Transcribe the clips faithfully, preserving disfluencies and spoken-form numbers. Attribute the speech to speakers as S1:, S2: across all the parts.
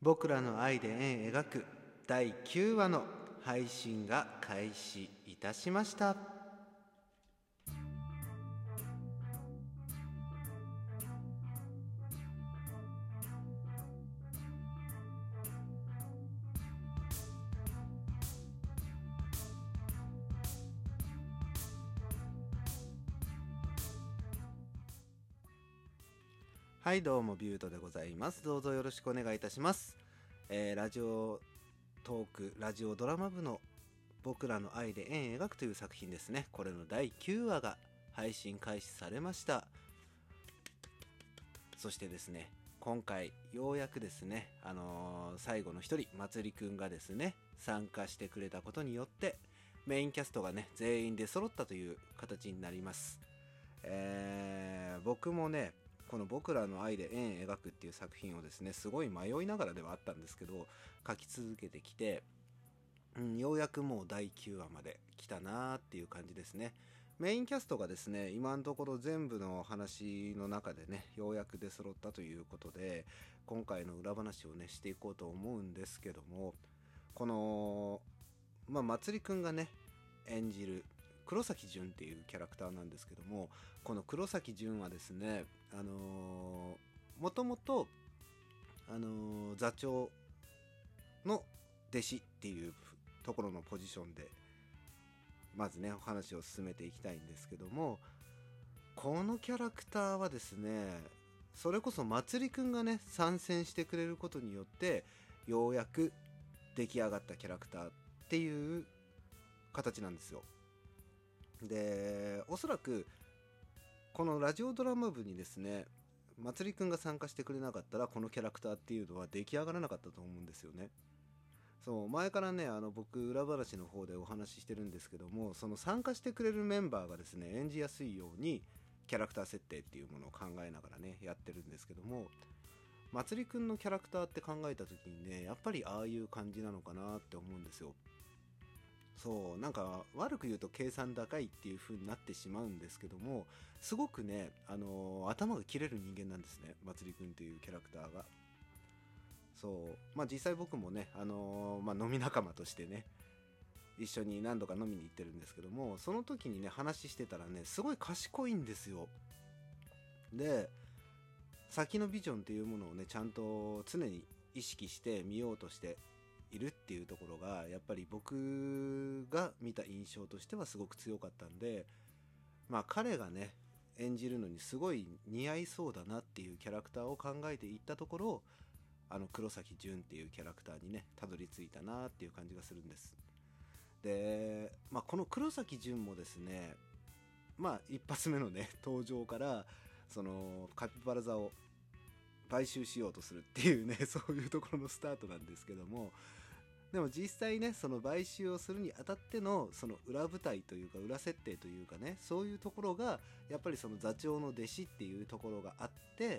S1: 僕らの愛で円描くだいきゅうわの配信が開始いたしました。はい、どうもビュートでございます。どうぞよろしくお願いいたします。えー、ラジオトークラジオドラマ部の僕らの愛で円描くという作品ですね。これのだいきゅうわが配信開始されました。そしてですね、今回ようやくですね、あのー、最後の一人まつりくんがですね参加してくれたことによってメインキャストがね全員で揃ったという形になります。えー、僕もねこの僕らの愛で円描くっていう作品をですねすごい迷いながらではあったんですけど書き続けてきて、うん、ようやくもうだいきゅうわまで来たなーっていう感じですね。メインキャストがですね今のところ全部の話の中でねようやく出揃ったということで今回の裏話をねしていこうと思うんですけども、このまあまつりくんがね演じる黒崎純っていうキャラクターなんですけども、この黒崎純はですねあのー、もともとあのー、座長の弟子っていうところのポジションでまずねお話を進めていきたいんですけども、このキャラクターはですねそれこそまつりくんがね参戦してくれることによってようやく出来上がったキャラクターっていう形なんですよ。でおそらくこのラジオドラマ部にですねまつりくんが参加してくれなかったらこのキャラクターっていうのは出来上がらなかったと思うんですよね。そう前からねあの僕裏話の方でお話ししてるんですけども、その参加してくれるメンバーがですね演じやすいようにキャラクター設定っていうものを考えながらねやってるんですけども、まつりくんのキャラクターって考えた時にねやっぱりああいう感じなのかなって思うんですよ。そうなんか悪く言うと計算高いっていう風になってしまうんですけども、すごくね、あのー、頭が切れる人間なんですねまつりくんっていうキャラクターが。そうまあ実際僕もね、あのーまあ、飲み仲間としてね一緒に何度か飲みに行ってるんですけども、その時にね話してたらねすごい賢いんですよ。で先のビジョンっていうものをねちゃんと常に意識して見ようとしているっていうところがやっぱり僕が見た印象としてはすごく強かったんで、まあ彼がね演じるのにすごい似合いそうだなっていうキャラクターを考えていったところ、あの黒崎純っていうキャラクターにねたどり着いたなっていう感じがするんです。で、まあ、この黒崎純もですねまあ一発目のね登場からそのカピバラ座を買収しようとするっていうねそういうところのスタートなんですけども、でも実際ねその買収をするにあたってのその裏舞台というか裏設定というかね、そういうところがやっぱりその座長の弟子っていうところがあって、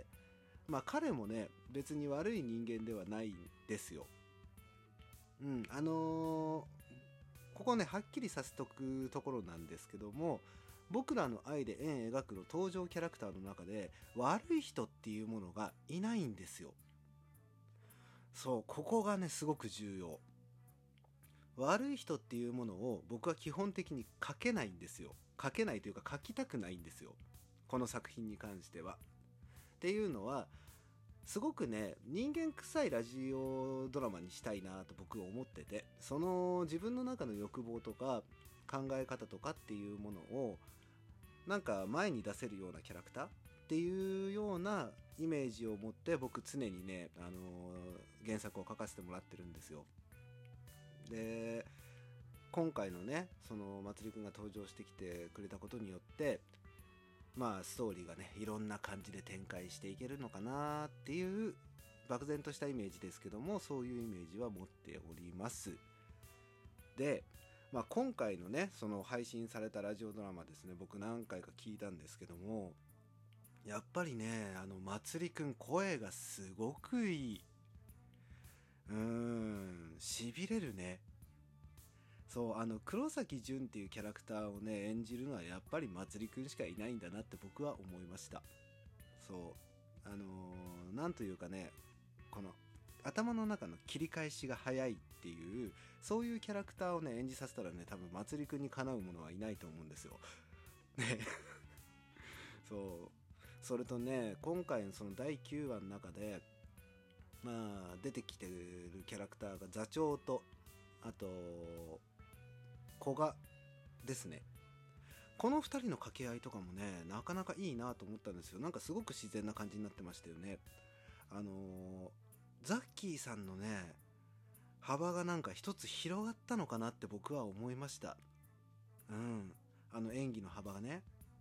S1: まあ彼もね別に悪い人間ではないんですよ。うんあのー、ここねはっきりさせとくところなんですけども、僕らの愛で円描くの登場キャラクターの中で悪い人っていうものがいないんですよ。そうここがねすごく重要。悪い人っていうものを僕は基本的に書けないんですよ。書けないというか書きたくないんですよこの作品に関しては。っていうのはすごくね人間臭いラジオドラマにしたいなと僕は思ってて、その自分の中の欲望とか考え方とかっていうものをなんか前に出せるようなキャラクターっていうようなイメージを持って僕常にね、あのー、原作を書かせてもらってるんですよ。で今回のねそのまつりくんが登場してきてくれたことによってまあストーリーがねいろんな感じで展開していけるのかなっていう漠然としたイメージですけども、そういうイメージは持っております。で、まあ、今回のねその配信されたラジオドラマですね僕何回か聞いたんですけども、やっぱりねあのまつりくん声がすごくいい。うーんしびれるね。そうあの黒崎純っていうキャラクターをね演じるのはやっぱりまつりくんしかいないんだなって僕は思いました。そうあのー、なんというかねこの頭の中の切り返しが早いっていう、そういうキャラクターをね演じさせたらね、多分まつりくんにかなうものはいないと思うんですよね。そうそれとね、今回のそのだいきゅうわの中でまあ出てきてるキャラクターが座長と、あと古賀ですね。このふたりの掛け合いとかもね、なかなかいいなと思ったんですよ。なんかすごく自然な感じになってましたよね。あのー、ザッキーさんのね幅がなんか一つ広がったのかなって僕は思いました。うんあの演技の幅がね。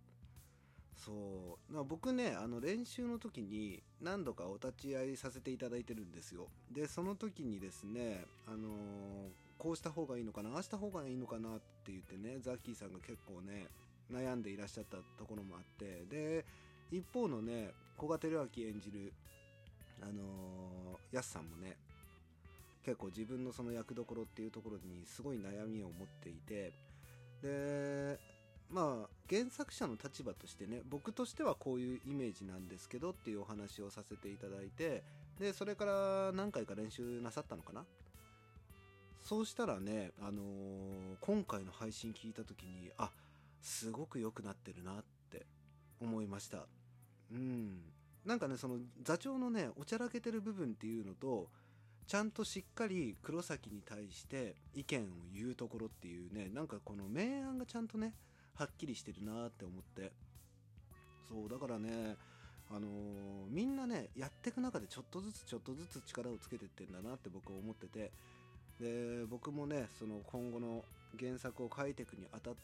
S1: そう僕ね、あの練習の時に何度かお立ち会いさせていただいてるんですよ。でその時にですね、あのー、こうした方がいいのかな、ああした方がいいのかなって言ってね、ザッキーさんが結構ね悩んでいらっしゃったところもあって、で一方のね古賀輝明演じるあのー、ヤスさんもね結構自分のその役どころっていうところにすごい悩みを持っていて、でまあ原作者の立場としてね、僕としてはこういうイメージなんですけどっていうお話をさせていただいて、でそれから何回か練習なさったのかな。そうしたらね、あのー、今回の配信聞いた時に、あ、すごく良くなってるなって思いました。うんなんかね、その座長のねおちゃらけてる部分っていうのと、ちゃんとしっかり黒崎に対して意見を言うところっていうね、なんかこの明暗がちゃんとねはっきりしてるなって思って、そうだからね、あのーみんなねやっていく中でちょっとずつちょっとずつ力をつけてってんだなって僕は思ってて、で僕もねその今後の原作を書いていくにあたって、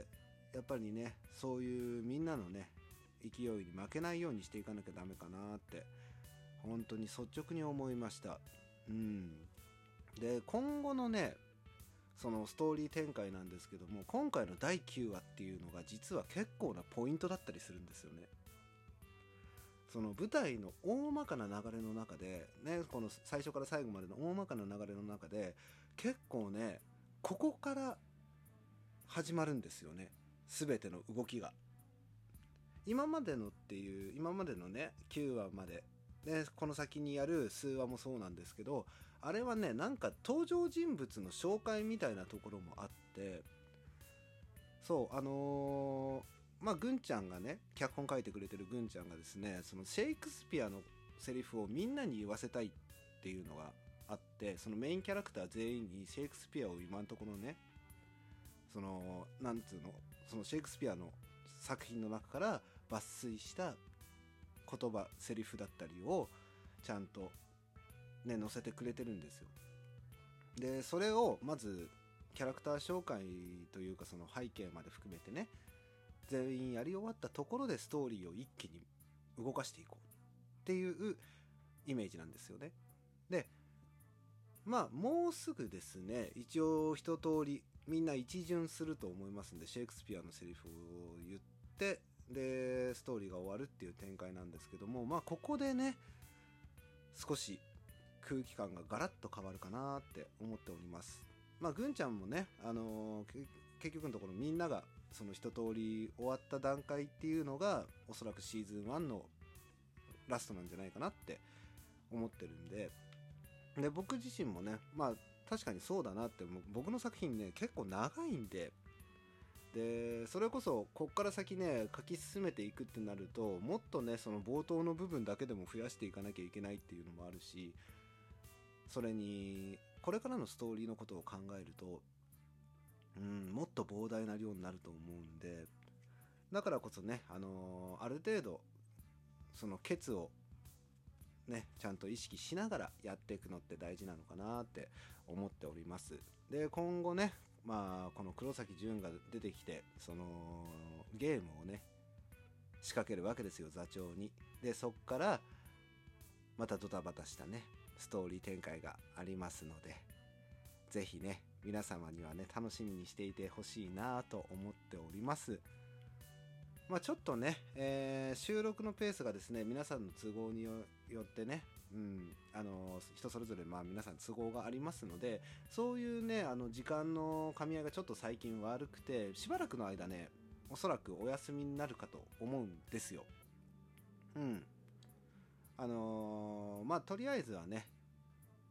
S1: やっぱりねそういうみんなのね勢いに負けないようにしていかなきゃダメかなって本当に率直に思いました。うんで今後のねそのストーリー展開なんですけども、今回のだいきゅうわっていうのが実は結構なポイントだったりするんですよね。その舞台の大まかな流れの中でね、この最初から最後までの大まかな流れの中で結構ねここから始まるんですよね、全ての動きが。今までのっていう今までのねきゅうわまで、ね、この先にやる数話もそうなんですけど、あれはねなんか登場人物の紹介みたいなところもあって、そうあのー、まあぐんちゃんがね脚本書いてくれてるぐんちゃんがですね、そのシェイクスピアのセリフをみんなに言わせたいっていうのがあって、そのメインキャラクター全員にシェイクスピアを今のところね、そのなんつうの、そのシェイクスピアの作品の中から抜粋した言葉セリフだったりをちゃんとね載せてくれてるんですよ。でそれをまずキャラクター紹介というかその背景まで含めてね全員やり終わったところでストーリーを一気に動かしていこうっていうイメージなんですよね。でまあもうすぐですね、一応一通りみんな一巡すると思いますんで、シェイクスピアのセリフを言ってでストーリーが終わるっていう展開なんですけども、まあここでね少し空気感がガラッと変わるかなって思っております。まあぐんちゃんもね、あのー、結局のところみんながその一通り終わった段階っていうのがおそらくシーズンワンのラストなんじゃないかなって思ってるんで、で僕自身もねまあ確かにそうだなって、僕の作品ね結構長いんで、でそれこそこっから先ね書き進めていくってなると、もっとねその冒頭の部分だけでも増やしていかなきゃいけないっていうのもあるし、それにこれからのストーリーのことを考えると、うん、もっと膨大な量になると思うんで、だからこそね、あのー、ある程度そのケツをねちゃんと意識しながらやっていくのって大事なのかなって思っております。で今後ね、まあこの黒崎潤が出てきてそのゲームをね仕掛けるわけですよ、座長に。でそっからまたドタバタしたねストーリー展開がありますので、ぜひね皆様にはね楽しみにしていてほしいなと思っております。まあちょっとね、えー、収録のペースがですね皆さんの都合によってね、うん、あの人それぞれまあ皆さん都合がありますので、そういうねあの時間の噛み合いがちょっと最近悪くて、しばらくの間ねおそらくお休みになるかと思うんですよ。うんあのー、まあとりあえずはね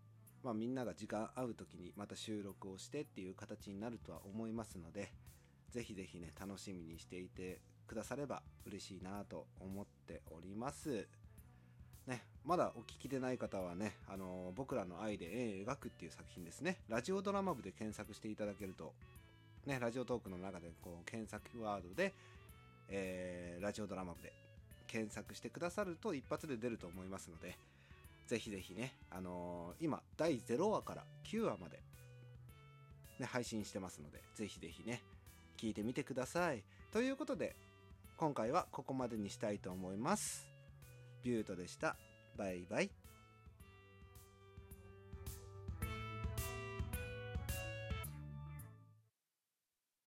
S1: まあ、みんなが時間合う時にまた収録をしてっていう形になるとは思いますので、ぜひぜひね楽しみにしていてくだされば嬉しいなと思っておりますね。まだお聞きでない方はね、あのー僕らの愛で絵を描くっていう作品ですね、ラジオドラマ部で検索していただけるとね、ラジオトークの中でこう検索ワードで、えーラジオドラマ部で検索してくださると一発で出ると思いますので、ぜひぜひね、あのー今だいゼロわからきゅうわまで、ね、配信してますので、ぜひぜひね聞いてみてください。ということで今回はここまでにしたいと思います。ビュートでした。バイバイ。